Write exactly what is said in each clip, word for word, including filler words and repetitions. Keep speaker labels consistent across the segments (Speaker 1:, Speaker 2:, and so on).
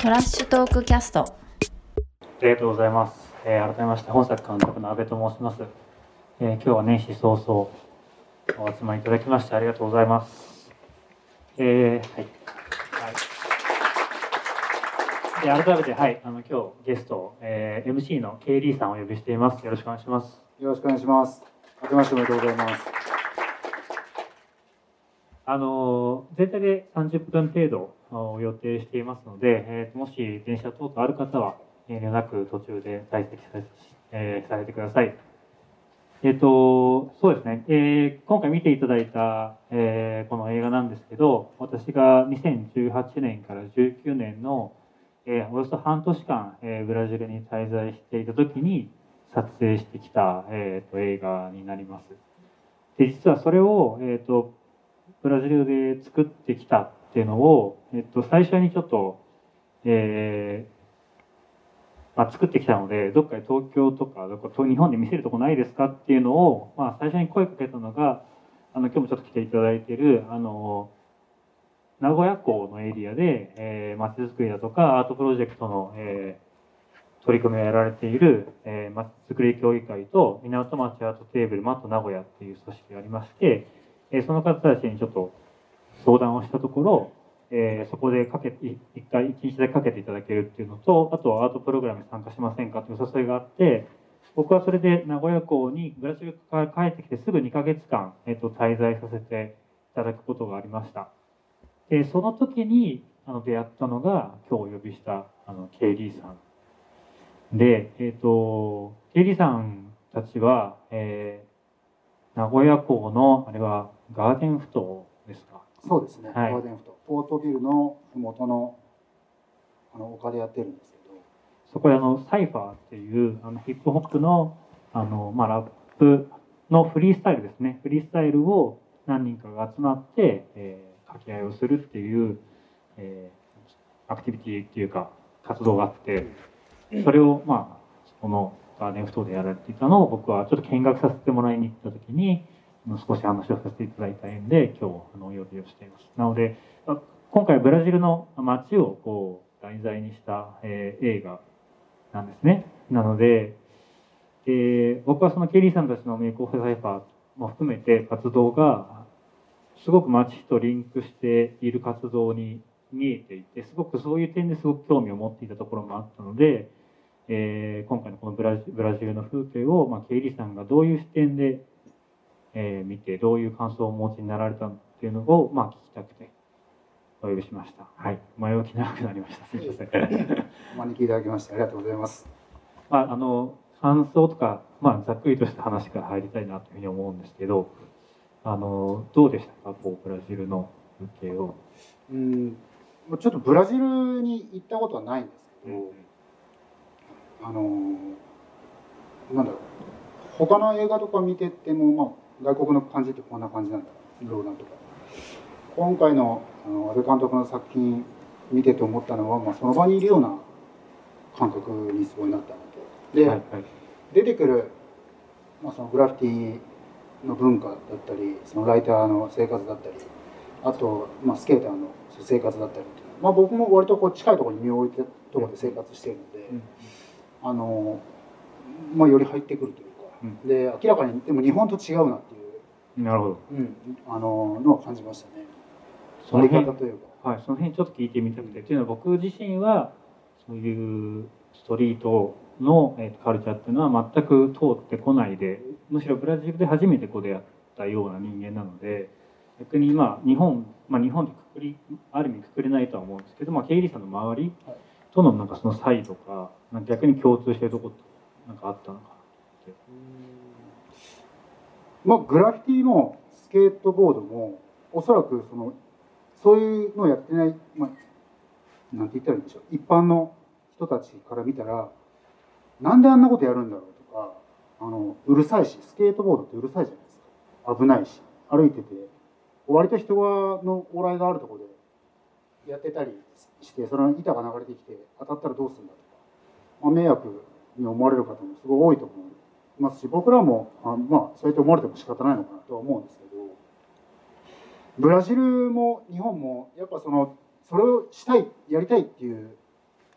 Speaker 1: トラッシュトークキャスト。あ
Speaker 2: りがとうございます。えー、改めまして本作監督の阿部と申します。えー、今日は年始早々お集まりいただきましてありがとうございます。えー、はい。はい、で改めて、はい、あの今日ゲスト、えー、エムシー の ケーディー さんをお呼びしています。よろしくお願いします。
Speaker 3: よろしくお願いします。明けましておめでとうございます。
Speaker 2: あの全体でさんじゅっぷん程度を予定していますので、えー、もし電車等々ある方は遠慮なく途中で退席され、えー、されてください。えっと、そうですね、えー、今回見ていただいた、えー、この映画なんですけど、私がにせんじゅうはちねんからじゅうきゅうねんの、えー、およそ半年間、えー、ブラジルに滞在していた時に撮影してきた、えー、と映画になります。で、実はそれを、えー、とブラジルで作ってきたっていうのを、えっと、最初にちょっと、えーまあ、作ってきたので、どっかで東京とか、どっか日本で見せるとこないですかっていうのを、まあ、最初に声かけたのが、あの、今日もちょっと来ていただいている、あの、名古屋港のエリアで、えー、街づくりだとか、アートプロジェクトの、えー、取り組みをやられている、えー、街づくり協議会と、港町アートテーブルマット名古屋っていう組織がありまして、その方たちにちょっと相談をしたところ、えー、そこでかけ一回一日でかけていただけるっていうのと、あとアートプログラムに参加しませんかというお誘いがあって、僕はそれで名古屋港にブラジルから帰ってきてすぐにかげつかん、えー、と滞在させていただくことがありました。でその時にあの出会ったのが今日お呼びしたあの ケーディー さんで、えっ、ー、と ケーディー さんたちは、えー、名古屋港のあれはガーデンふ頭ですか？
Speaker 3: そうですね、
Speaker 2: はい、
Speaker 3: ガーデンふ頭、ポートビルの麓のあの丘でやってるんですけど、
Speaker 2: そこであのサイファーっていうあのヒップホップのあの、まあ、ラップのフリースタイルですね、フリースタイルを何人かが集まって、えー、掛け合いをするっていう、えー、アクティビティっていうか活動があって、それをまあそのガーデンふ頭でやられていたのを僕はちょっと見学させてもらいに行った時に少し話をさせていただいた縁で今日あのお呼びをしています。なので今回ブラジルの街をこう題材にした、えー、映画なんですね。なので、えー、僕はそのケリーさんたちのメイクオフサイファーも含めて活動がすごく街とリンクしている活動に見えていて、すごくそういう点ですごく興味を持っていたところもあったので、えー、今回のこのブラジブラジルの風景を、まあ、ケイリーさんがどういう視点で、えー、見てどういう感想をお持ちになられたっていうのを、まあ、聞きたくてお呼びしました。はい、前置き長くなりました。すみません。
Speaker 3: お招きいただきましてありがとうございます。
Speaker 2: まあ、あの感想とか、まあ、ざっくりとした話から入りたいなというふうに思うんですけど、あのどうでしたか、こうブラジルの風景を。
Speaker 3: うん、ちょっとブラジルに行ったことはないんですけど、うん、あのなんだろう、他の映画とか見てても、まあ、外国の感じってこんな感じなんだろうなとか、今回のあの阿部監督の作品見てて思ったのは、まあ、その場にいるような感覚にすごいなったので、で、はいはい、出てくる、まあ、そのグラフィティの文化だったり、そのライターの生活だったり、あと、まあ、スケーターの生活だったり、まあ、僕も割とこう近いところに身を置いてるところで生活しているので、うん、あのまあ、より入ってくるというか、うん、で明らかにでも日本と違うなっていう、
Speaker 2: なるほど、
Speaker 3: うん、あののを感じましたね。
Speaker 2: その辺というか、はい、その辺ちょっと聞いてみたくて、っていうのは僕自身はそういうストリートのカルチャーっていうのは全く通ってこないで、むしろブラジルで初めてこう出会ったような人間なので、逆にまあ日本、まあ、日本でくくりある意味くくれないとは思うんですけど、まあ、ケイリーさんの周りとのなんかその差異とか、なんか逆に共通しているところなんかあったのかって。
Speaker 3: まあ、グラフィティもスケートボードもおそらくそのそういうのをやってない、まあ、なんて言ったらいいんでしょう、一般の人たちから見たらなんであんなことやるんだろうとか、あのうるさいし、スケートボードってうるさいじゃないですか、危ないし、歩いてて割と人がの往来があるところでやってたりして、その板が流れてきて当たったらどうするんだとか、まあ、迷惑に思われる方もすごい多いと思いますし、僕らもあ、まあ、そうやって思われても仕方ないのかなとは思うんですけど、ブラジルも日本もやっぱそのそれをしたい、やりたいっていう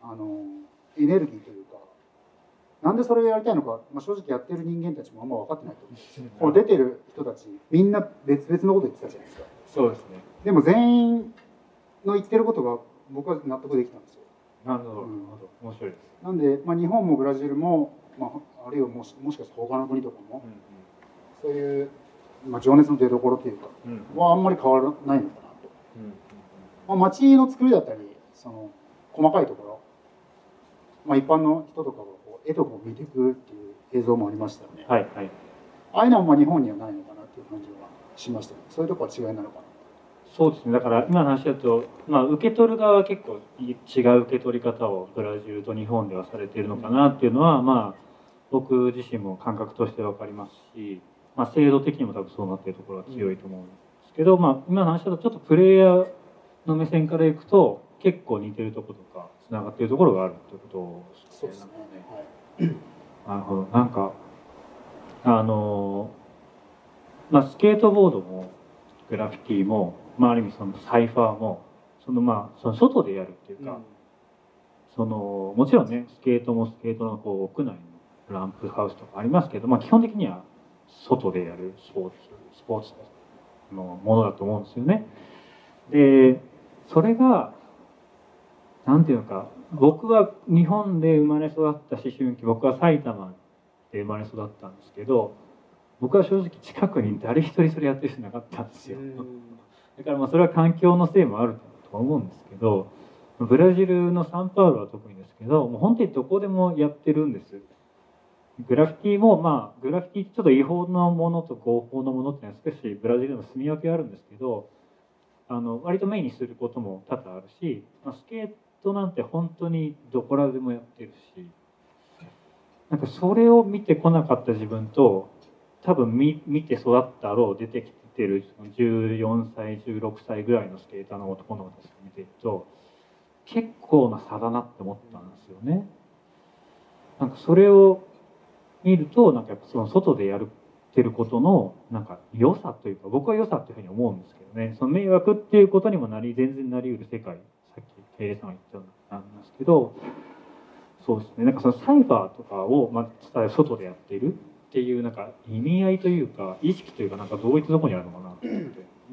Speaker 3: あのエネルギーというか、なんでそれをやりたいのか、まあ、正直やってる人間たちもあんま分かってないと思うんですよ。こう出てる人たちみんな別々のこと言ってたじゃないですか。
Speaker 2: そうですね。
Speaker 3: でも全員の言ってることが僕は納得できたんですよ。
Speaker 2: なるほど、
Speaker 3: うん、
Speaker 2: なるほど、面白いです。
Speaker 3: なんで、まあ、日本もブラジルも、まあ、あるいはもしもしかしたら他の国とかも、うんうん、そういう、まあ、情熱の出所というか、うんうん、はあんまり変わらないのかなと。うんうんうん、まあ、街の作りだったりその細かいところ、まあ、一般の人とかがこう絵とかを見ていくっていう映像もありましたよね。
Speaker 2: はいはい、
Speaker 3: ああいうのはまあ日本にはないのかなっていう感じはしましたね。そういうところは違いなのかな。
Speaker 2: そうですね。だから今の話だと、まあ、受け取る側は結構違う受け取り方をブラジルと日本ではされているのかなっていうのは、まあ、僕自身も感覚として分かりますし、まあ、制度的にも多分そうなっているところは強いと思うんですけど、まあ、今の話だとちょっとプレイヤーの目線からいくと結構似てるところとかつながっているところがあるってことですね。
Speaker 3: そうですね。
Speaker 2: なるほど。なんかあの、まあ、スケートボードもグラフィティも、まあ、ある意味そのサイファーもそのまあその外でやるっていうか、うん、そのもちろんねスケートもスケートのこう屋内のランプハウスとかありますけど、まあ、基本的には外でやるスポーツスポーツのものだと思うんですよね。でそれがなんていうのか、僕は日本で生まれ育った思春期、僕は埼玉で生まれ育ったんですけど、僕は正直近くに誰一人それやってる人なかったんですよ。だからまあそれは環境のせいもあると思うんですけど、ブラジルのサンパウロは特にですけど、もう本当にどこでもやってるんです。グラフィティもまあグラフィティちょっと違法なものと合法のものっていうのは少しブラジルでも住み分けあるんですけど、あの割とメインにすることも多々あるし、まあ、スケートなんて本当にどこらでもやってるし、なんかそれを見てこなかった自分と多分 見, 見て育ったろう出てきてるじゅうよんさいじゅうろくさいぐらいのスケーターの男の子たちを見ていると結構な差だなって思ったんですよね。なんかそれを見るとなんかやっぱその外でやってることのなんか良さというか、僕は良さっていうふうに思うんですけどね、その迷惑っていうことにもなり全然なりうる世界、さっき経営さんが言ったようなんですけど、そうですね、なんかそのサイバーとかをまあ外でやっているっていうなんか意味合いというか意識というか、なんかどういったところにあるのかなと思って。
Speaker 3: うん、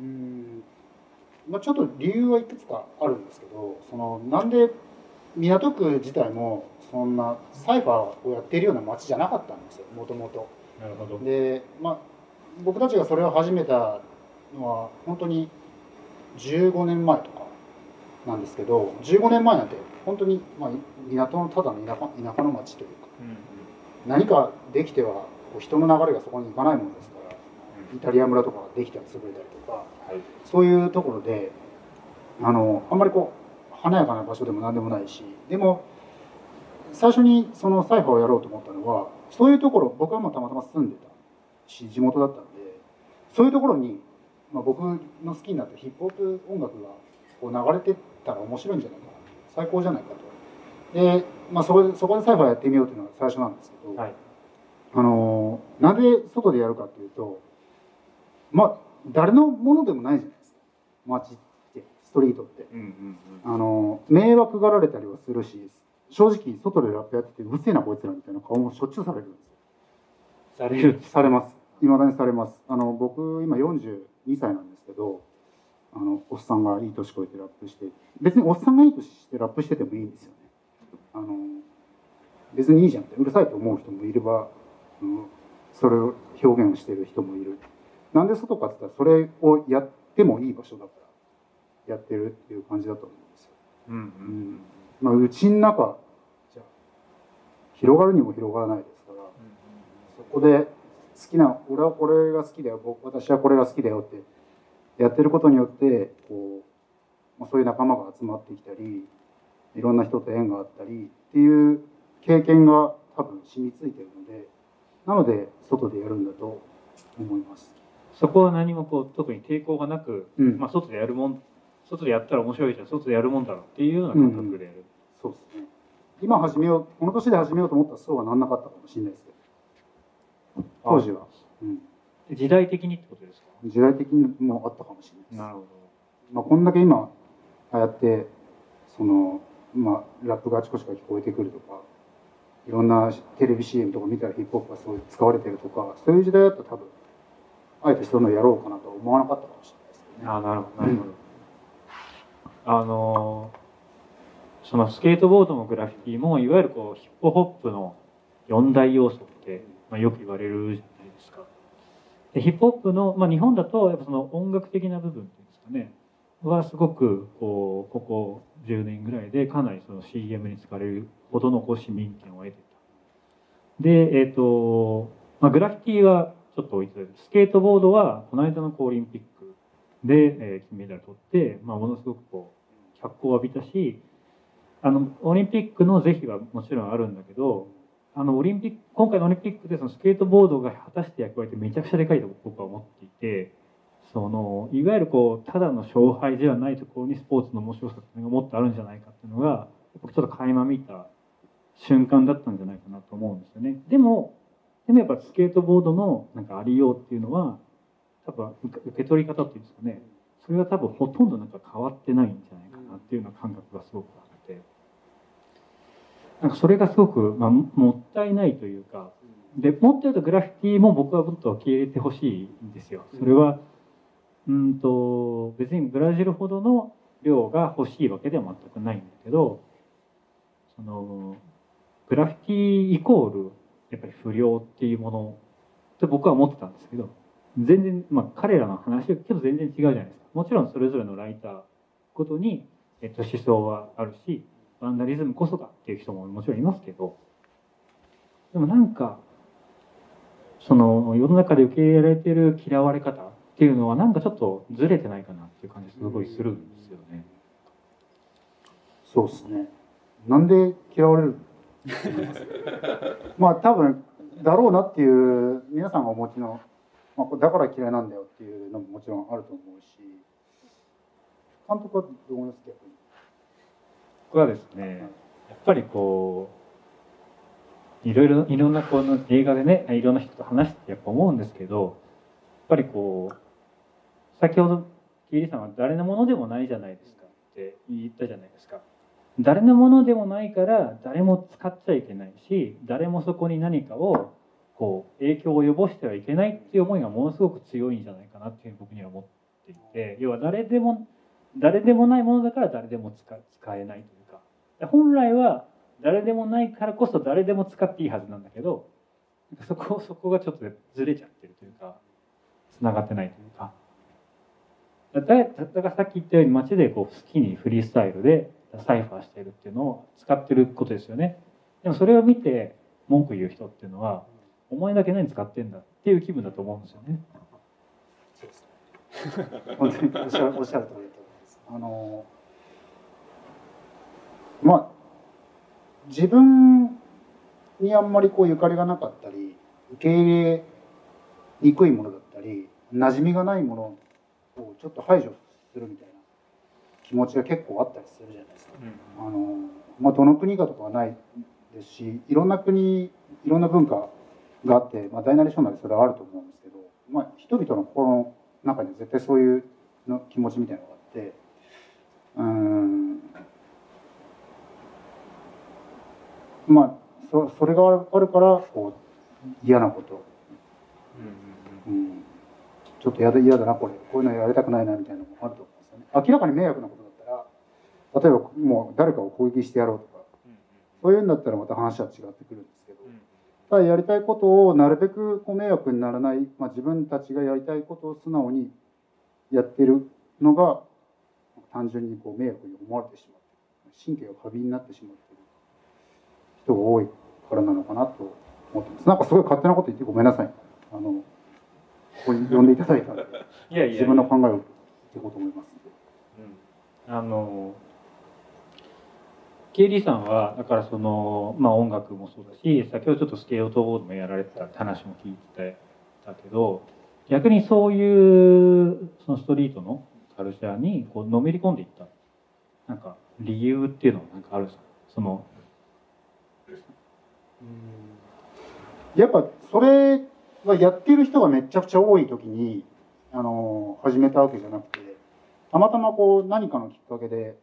Speaker 3: まあ、ちょっと理由はいくつかあるんですけど、そのなんで港区自体もそんなサイファーをやっているような街じゃなかったんですよ、もともと。
Speaker 2: なるほど。
Speaker 3: で、まあ、僕たちがそれを始めたのは本当にじゅうごねんまえとかなんですけど、じゅうごねんまえなんて本当に、まあ、港のただの田舎、田舎の町というか、うんうん、何かできては人の流れがそこに行かないものですから、イタリア村とかができては潰れたりとか、はい、そういうところであのあんまりこう華やかな場所でも何でもないし、でも最初にそのサイファーをやろうと思ったのは、そういうところ、僕はもうたまたま住んでたし地元だったんで、そういうところに、まあ、僕の好きになったヒップホップ音楽がこう流れてったら面白いんじゃないかな、最高じゃないかと。で、まあ、そこでそこでサイファーやってみようというのが最初なんですけど、はい、あのなんで外でやるかっていうと、まあ誰のものでもないじゃないですか、街ってストリートって、うんうんうん、あの迷惑がられたりはするし、正直外でラップやっててうるせえなこいつらみたいな顔もしょっちゅうされるんですよ。
Speaker 2: される
Speaker 3: されます。未だにされます。あの僕今よんじゅうにさいなんですけど、あのおっさんがいい年越えてラップして、別におっさんがいい年してラップしててもいいんですよね。あの別にいいじゃんって、うるさいと思う人もいれば、うん、それを表現してる人もいる。なんで外かって言ったらそれをやってもいい場所だからやってるっていう感じだと思うんですよ。うんうんうん、まあ、うちの中じゃ広がるにも広がらないですから、うんうん、そこで好きな、俺はこれが好きだよ、僕私はこれが好きだよってやってることによってこう、まあ、そういう仲間が集まってきたり、いろんな人と縁があったりっていう経験が多分染みついてるので、なので外でやるんだと思います。
Speaker 2: そこは何もこう特に抵抗がなく、うん、まあ、外でやるもん、外でやったら面白いじゃん、外でやるもんだろうっていうような感覚でやる、うん、
Speaker 3: そうですね。今始めよう、この年で始めようと思ったらそうはなんなかったかもしれないですけど、当時は、うん、
Speaker 2: 時代的にってことですか？
Speaker 3: 時代的にもあったかもしれないです。
Speaker 2: なるほど。
Speaker 3: まあ、こんだけ今ああやってそのまあ、ラップがあちこちから聞こえてくるとか、いろんなテレビ シーエム とか見たらヒップホップがすごい使われてるとか、そういう時代だったら多分あえてそういうのやろうかなとは思わなかったかもしれないですけどね。
Speaker 2: あ、なるほどなるほど、うん、あのそのスケートボードもグラフィティもいわゆるこうヒップホップの四大要素って、まあ、よく言われるじゃないですか。でヒップホップの、まあ、日本だとやっぱその音楽的な部分っていうんですかねはすごくこうここじゅうねんぐらいでかなりその シーエム に使われるほどのこう市民権を得てた。で、えっ、ー、と、まあ、グラフィティはちょっと置いておいて、スケートボードはこの間のこうオリンピックで、えー、金メダル取って、まあ、ものすごくこう脚光を浴びたし、あのオリンピックの是非はもちろんあるんだけど、あのオリンピック今回のオリンピックでそのスケートボードが果たして役割ってめちゃくちゃでかいと僕は思っていて、そのいわゆるこうただの勝敗ではないところにスポーツの面白さっていうのがもっとあるんじゃないかっていうのが僕ちょっと垣間見た瞬間だったんじゃないかなと思うんですよね。でもでもやっぱスケートボードのなんかありようっていうのは多分受け取り方っていうんですかね、それは多分ほとんどなんか変わってないんじゃないかなっていうような感覚がすごくあって、なんかそれがすごく、まあ、もったいないというか、でもっと言うとグラフィティも僕はもっと受け入れてほしいんですよ。それはうんと別にブラジルほどの量が欲しいわけでは全くないんだけど、そのグラフィティイコールやっぱり不良っていうものと僕は思ってたんですけど、全然、まあ、彼らの話はけど全然違うじゃないですか。もちろんそれぞれのライターごとに、えっと、思想はあるし、バンダリズムこそがっていう人ももちろんいますけど、でもなんかその世の中で受け入れられている嫌われ方っていうのはなんかちょっとずれてないかなっていう感じすごいするんですよね。
Speaker 3: そうですね。なんで嫌われるまあ多分だろうなっていう皆さんがお持ちの、まあ、だから嫌いなんだよっていうのももちろんあると思うし、監督はどう思いますか？逆に
Speaker 2: 僕はですね、やっぱりこういろいろいろんなこの映画でねいろんな人と話してやっぱ思うんですけど、やっぱりこう先ほどキーリさんは誰のものでもないじゃないですかって言ったじゃないですか。誰のものでもないから誰も使っちゃいけないし、誰もそこに何かをこう影響を及ぼしてはいけないっていう思いがものすごく強いんじゃないかなっていうふうに僕には思っていて、要は誰でも誰でもないものだから誰でも 使, 使えないというか、本来は誰でもないからこそ誰でも使っていいはずなんだけど、そこそこがちょっとずれちゃってるというか、つながってないというか、だからさっき言ったように街でこう好きにフリースタイルでサイファーしているっていうのを使ってることですよね。でもそれを見て文句言う人っていうのは、お前だけ何使ってんだっていう気分だと思うんですよね。
Speaker 3: そうですね。本当におっしゃる、おっしゃる通りだと思います。あのまあ自分にあんまりこうゆかりがなかったり、受け入れにくいものだったり、馴染みがないものをちょっと排除するみたいな気持ちが結構あったりするじゃないですか。うん、あのまあ、どの国かとかはないですし、いろんな国、いろんな文化があって、まあ、大なり小なりそれはあると思うんですけど、まあ、人々の心の中には絶対そういうの気持ちみたいなのがあって、うーん、まあ そ, それがあるからこう嫌なこと、うんうんうん、ちょっと嫌だ嫌だなこれこういうのやりたくないなみたいなのもあると思うんですよね。明らかに迷惑なことだったら、例えばもう誰かを攻撃してやろうとか、そういうんだったらまた話は違ってくるんですけど、ただやりたいことをなるべくこう迷惑にならない、まあ、自分たちがやりたいことを素直にやってるのが単純にこう迷惑に思われてしまって神経が過敏になってしまっている人が多いからなのかなと思ってます。なんかすごい勝手なこと言ってごめんなさい。あのここに呼んでいただいたのでいやいやいや自分の考えを言っていこうと思います。
Speaker 2: うん、あのケイリーさんはだからその、まあ、音楽もそうだし、先ほどちょっとスケートボードもやられてたって話も聞いてたけど、逆にそういうそのストリートのカルチャーにこうのめり込んでいったなんか理由っていうのは何かあるんですか？その
Speaker 3: うんやっぱそれはやってる人がめちゃくちゃ多い時にあの始めたわけじゃなくて、たまたまこう何かのきっかけで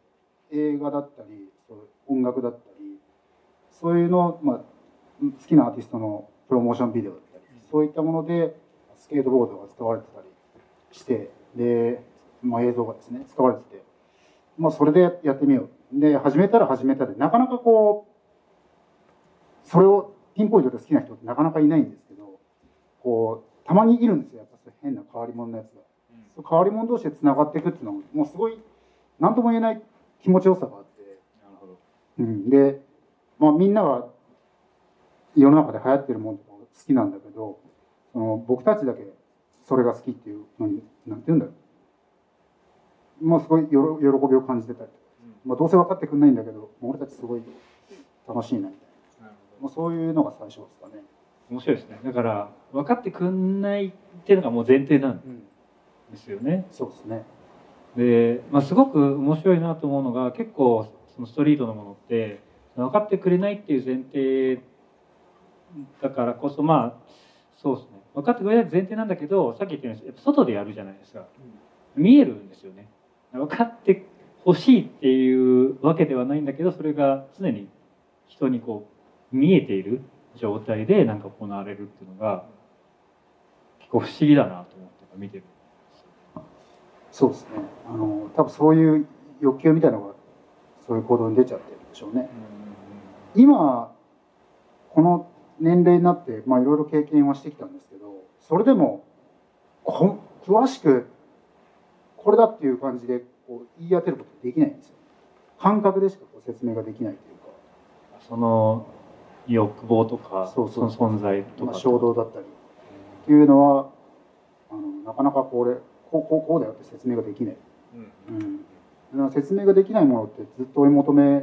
Speaker 3: 映画だったりそういう音楽だったりそういうの、まあ、好きなアーティストのプロモーションビデオだったりそういったものでスケートボードが使われてたりしてで、まあ、映像がですね使われてて、まあ、それでやってみようで始めたら始めたでなかなかこうそれをピンポイントで好きな人ってなかなかいないんですけどこうたまにいるんですよやっぱそういう変な変わり者のやつが、うん、変わり者同士でつながっていくっていうのはもうすごい何とも言えない気持ちよさがあって、なるほど、うん、で、まあ、みんなが世の中で流行ってるものとか好きなんだけどその僕たちだけそれが好きっていうのに何て言うんだろう、まあ、すごい喜びを感じてたり、うんまあ、どうせ分かってくんないんだけど俺たちすごい楽しいなみたいな、まあ、そういうのが最初ですかね。
Speaker 2: 面白いですね。だから分かってくんないっていうのがもう前提なんですよね、
Speaker 3: うん、そうですね。
Speaker 2: で、まあ、すごく面白いなと思うのが結構そのストリートのものって分かってくれないっていう前提だからこそまあそうですね分かってくれない前提なんだけどさっき言ったようにやっぱ外でやるじゃないですか、うん、見えるんですよね。分かってほしいっていうわけではないんだけどそれが常に人にこう見えている状態でなんか行われるっていうのが結構不思議だなと思って見てる。
Speaker 3: そうですね。あの多分そういう欲求みたいなのがそういう行動に出ちゃってるんでしょうね。うん、今この年齢になってまあいろいろ経験はしてきたんですけどそれでもこ詳しくこれだっていう感じでこう言い当てることできないんですよ。感覚でしかこう説明ができないというか
Speaker 2: その欲望とか
Speaker 3: そうそう
Speaker 2: その存在とか、
Speaker 3: まあ、衝動だったりっていうのはあのなかなかこれこうこうこうだよって説明ができない、うんうん、だから説明ができないものってずっと追い求め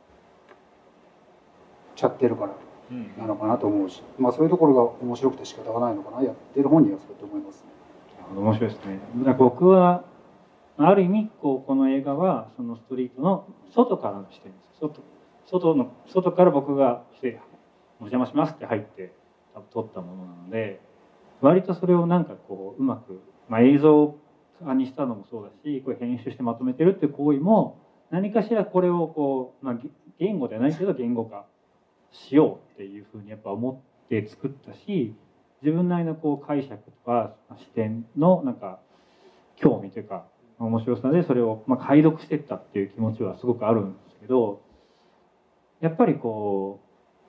Speaker 3: ちゃってるからなのかなと思うし、まあ、そういうところが面白くて仕方がないのかなやってる本人はそうと思いますね。
Speaker 2: 面白いですね。だから僕はある意味こうこの映画はそのストリートの外からの視点です。外外の外から僕がしてお邪魔しますって入って撮ったものなので割とそれをなんかこううまく、まあ、映像化にしたのもそうだしこれ編集してまとめてるっていう行為も何かしらこれをこう、まあ、言語ではないけど言語化しようっていうふうにやっぱ思って作ったし自分なりのこう解釈とか視点のなんか興味というか面白さでそれをまあ解読していったっていう気持ちはすごくあるんですけどやっぱりこ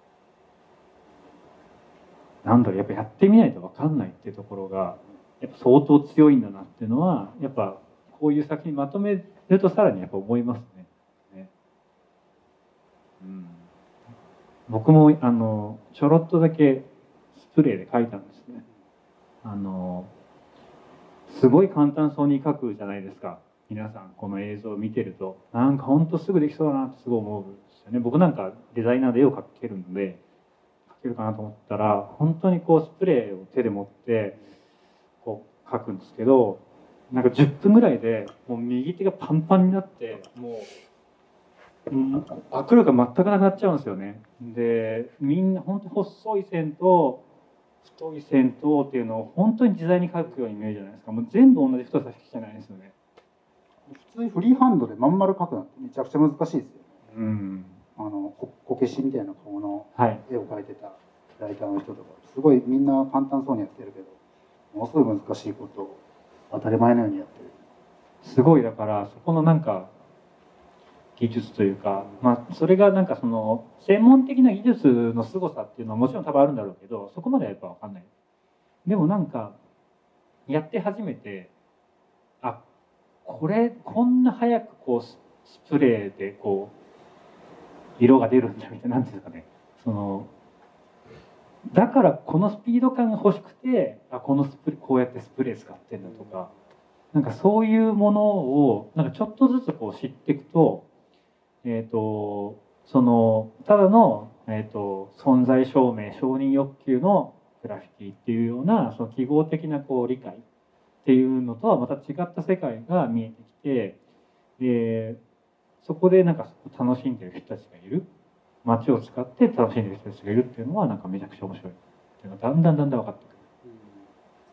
Speaker 2: うなんだろうやっぱやってみないと分かんないっていうところがやっぱ相当強いんだなっていうのはやっぱこういう作品まとめるとさらにやっぱ思いますね。ねうん、僕もあのちょろっとだけスプレーで描いたんですね。あのすごい簡単そうに描くじゃないですか。皆さんこの映像を見てるとなんかほんとすぐできそうだなってすごい思うんですよね。僕なんかデザイナーで絵を描けるので描けるかなと思ったら本当にこうスプレーを手で持ってこう描くんですけどなんかじゅっぷんぐらいでもう右手がパンパンになってもう、うん、握力が全くなくなっちゃうんですよね。でみんな本当に細い線と太い線とっていうのを本当に自在に描くように見えるじゃないですか。もう全部同じ太さしかないですよね。
Speaker 3: 普通にフリーハンドでまん丸描くなんてめちゃくちゃ難しいですよね。
Speaker 2: うん、
Speaker 3: あのここけしみたいな顔の絵を描いてたライターの人とかすごいみんな簡単そうにやってるけどものすごい難しいことを当たり前のようにやってる。
Speaker 2: すごいだからそこのなんか技術というか、まあ、それがなんかその専門的な技術の凄さっていうのはもちろん多分あるんだろうけどそこまではやっぱ分かんない。でもなんかやって初めてあこれこんな早くこうスプレーでこう色が出るんだみたいな、なんていうんですかね、そのだからこのスピード感が欲しくてあこのスプレーこうやってスプレー使ってんだとか、なんかそういうものをなんかちょっとずつこう知っていくと、えーとそのただの、えーと存在証明承認欲求のグラフィティっていうようなその記号的なこう理解っていうのとはまた違った世界が見えてきて、でそこでなんか楽しんでる人たちがいる、街を使って楽しんでる人たちがいるっていうのはなんかめちゃくちゃ面白いっていうのがだんだんだんだん分かってくる。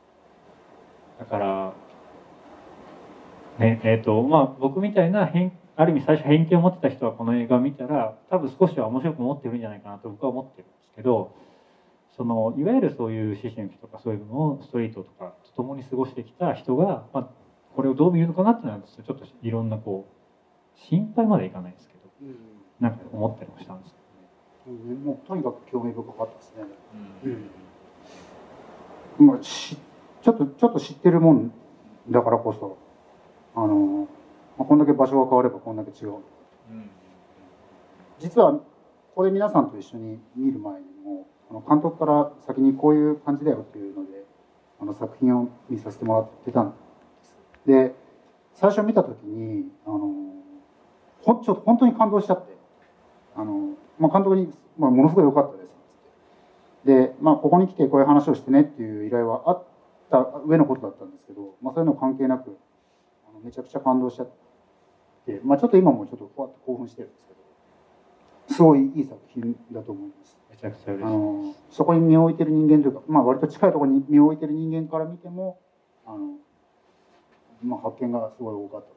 Speaker 2: だからねえーとまあ、僕みたいな偏ある意味最初偏見を持ってた人はこの映画を見たら多分少しは面白く思ってるんじゃないかなと僕は思ってるんですけど、そのいわゆるそういう思春期とかそういうのをストリートとかと共に過ごしてきた人が、まあ、これをどう見るのかなっていうのはちょっといろんなこう心配までいかないですけど、
Speaker 3: うん、
Speaker 2: なんか思ったりもしたんです
Speaker 3: けどね、うん、もうとにかく興味深かったですね。
Speaker 2: うん
Speaker 3: うんまあ、しちょっとちょっと知ってるもんだからこそ、あの、まあ、こんだけ場所が変わればこんだけ違う。うん、実はこれ皆さんと一緒に見る前にもあの監督から先にこういう感じだよっていうのであの作品を見させてもらってたんです。で最初見た時にあのほんちょっと本当に感動しちゃってあの、まあ、監督に、まあ、ものすごい良かったですで、まあ、ここに来てこういう話をしてねっていう依頼はあった上のことだったんですけど、まあ、そういうの関係なくあのめちゃくちゃ感動しちゃって、まあ、ちょっと今もちょっとこうやって興奮してるんですけど、すごいいい作品だと思います。
Speaker 2: めちゃくちゃ嬉しい。
Speaker 3: あのそこに身を置いてる人間というか、まあ、割と近いところに身を置いてる人間から見てもあの、まあ、発見がすごい多かったと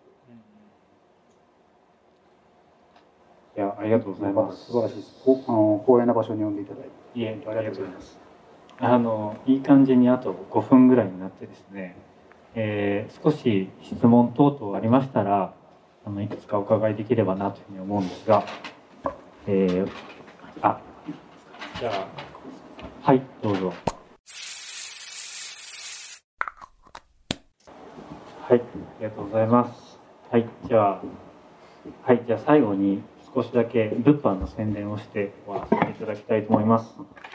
Speaker 2: いう。いや、ありがとうございます。
Speaker 3: 素晴らしいです。こあの光栄な場所に呼んでいただいて。
Speaker 2: いえ、ありがとうございます。あのいい感じにあとごふんぐらいになってですね、えー、少し質問等々ありましたらあのいくつかお伺いできればなというふうに思うんですが、えー、あ、じゃあはいどうぞ。はい、ありがとうございます。はい、じゃあはいじゃあ最後に少しだけ物販の宣伝をして終わらせていただきたいと思います。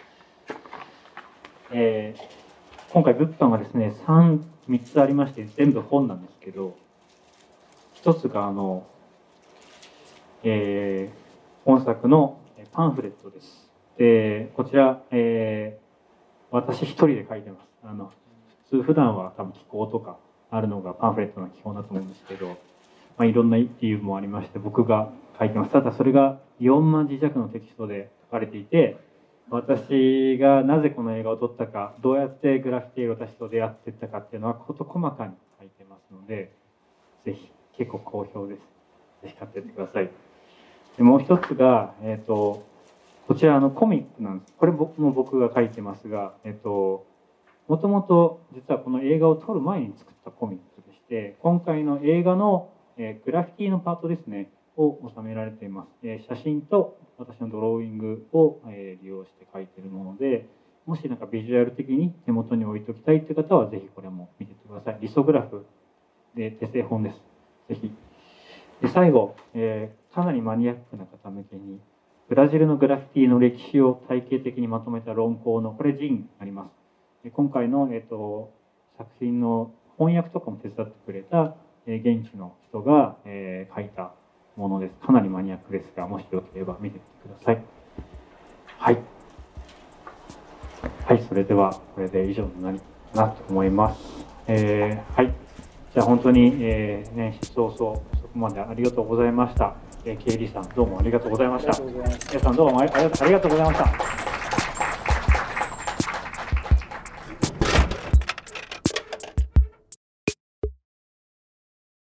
Speaker 2: えー、今回物販がですね 3, 3つありまして全部本なんですけど、一つがあの、えー、本作のパンフレットです。でこちら、えー、私一人で書いてます。あの普通普段は多分気候とかあるのがパンフレットの基本だと思うんですけど、まあ、いろんな理由もありまして僕が書いてます。ただそれがよんまんじ弱のテキストで書かれていて、私がなぜこの映画を撮ったか、どうやってグラフィティ私と出会っていったかっていうのは事細かに書いてますので、ぜひ結構好評です。ぜひ買っていってください。でもう一つが、えっとこちらのコミックなんです。これ僕も僕が書いてますが、えっともともと実はこの映画を撮る前に作ったコミックでして、今回の映画の、えー、グラフィティのパートですねを収められています。えー、写真と私のドローイングを、えー、利用して書いているもので、もしなんかビジュアル的に手元に置いておきたいという方はぜひこれも見てってください。リソグラフで手製本です。ぜひ。で最後、えー、かなりマニアックな方向けにブラジルのグラフィティの歴史を体系的にまとめた論考のこれジンになります。で今回の、えーと、作品の翻訳とかも手伝ってくれた、えー、現地の人が、えー、書いたものです。かなりマニアックですが、もしよければ見てみてください。はい。はい、それではこれで以上になるかなと思います。えー、はい。じゃあ本当に、えー、年始早々そこまでありがとうございました。えー、ケイリーさんどうもありがとうございました。皆さんどうもありがとうございました。